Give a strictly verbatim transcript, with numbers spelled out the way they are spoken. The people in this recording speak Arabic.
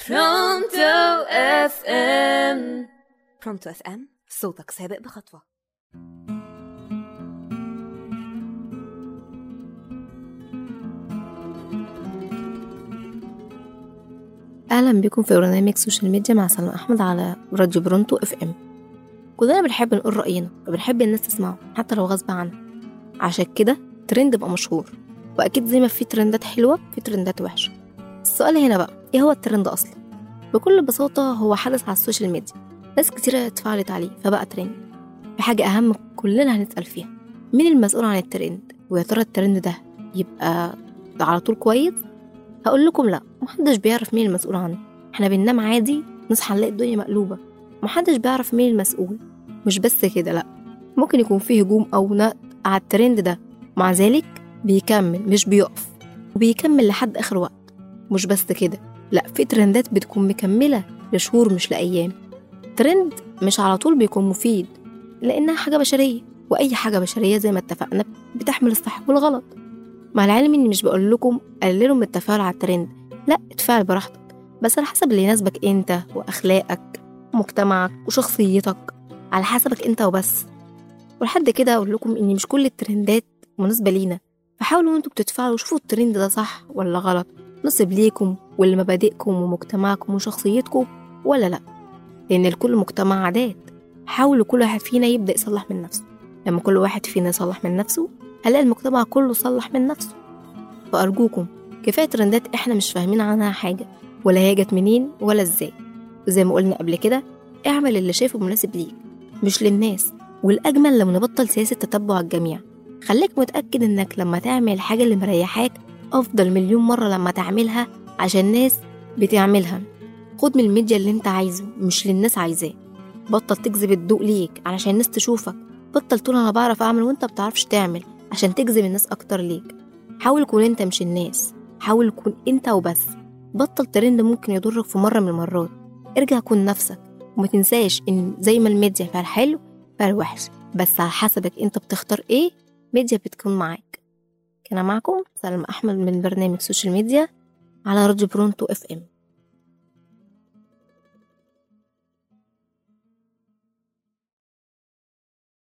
برونتو اف ام. برونتو اف ام، صوتك سابق بخطوة. اهلا بكم في برنامج سوشيال ميديا مع سلمى احمد على راديو برونتو اف ام. كلنا بنحب نقول راينا وبنحب الناس تسمعه حتى لو غصب عنها، عشان كده ترند بقى مشهور. واكيد زي ما في ترندات حلوه في ترندات وحشه. السؤال هنا بقى، ايه هو الترند اصلا؟ بكل بساطه هو حدث على السوشيال ميديا ناس كتيره اتفاعلت عليه فبقى ترند. في حاجه اهم كلنا هنسال فيها، مين المسؤول عن الترند؟ ويا ترى الترند ده يبقى على طول كويس؟ هقول لكم لا، محدش بيعرف مين المسؤول عنه. احنا بننام عادي نصحى نلاقي الدنيا مقلوبة، محدش بيعرف مين المسؤول. مش بس كده، لا، ممكن يكون فيه هجوم او نقد على الترند ده، مع ذلك بيكمل مش بيقف، وبيكمل لحد اخر وقت. مش بس كده، لا، في ترندات بتكون مكملة لشهور مش لأيام. ترند مش على طول بيكون مفيد، لأنها حاجة بشرية، وأي حاجة بشرية زي ما اتفقنا بتحمل الصح والغلط. مع العلم اني مش بقول لكم قللوا من التفاعل على الترند، لا، اتفاعل براحتك، بس على حسب اللي يناسبك انت واخلاقك ومجتمعك وشخصيتك، على حسبك انت وبس. ولحد كده اقول لكم ان مش كل الترندات مناسبه لينا، فحاولوا انتوا بتتفاعلوا شوفوا الترند ده صح ولا غلط، نصب ليكم ولمبادئكم ومجتمعكم وشخصيتكم ولا لا. لان لكل مجتمع عادات، حاولوا كل واحد فينا يبدا يصلح من نفسه. لما كل واحد فينا يصلح من نفسه هلاقي المجتمع كله صلح من نفسه. فأرجوكم كفاية ترندات احنا مش فاهمين عنها حاجة، ولا هي جت منين ولا ازاي. وزي ما قلنا قبل كده، اعمل اللي شايفه مناسب ليك مش للناس. والأجمل لو نبطل سياسة تتبع الجميع. خليك متأكد انك لما تعمل الحاجة اللي مريحاك أفضل مليون مرة لما تعملها عشان الناس بتعملها. خد من الميديا اللي انت عايزه مش للناس عايزاه. بطل تجذب الضوء ليك علشان الناس تشوفك. بطل تقول انا بعرف اعمل وانت بتعرفش تعمل عشان تجذب الناس اكتر ليك. حاول كون انت مش الناس، حاول كون انت وبس. بطل ترند ممكن يضرك في مرة من المرات. ارجع كون نفسك، وما تنساش ان زي ما الميديا فيها الحلو فيها الوحش، بس على حسبك انت بتختار ايه ميديا بتكون معاك. كان معكم سلمى احمد من برنامج سوشيال ميديا على راديو برونتو اف ام.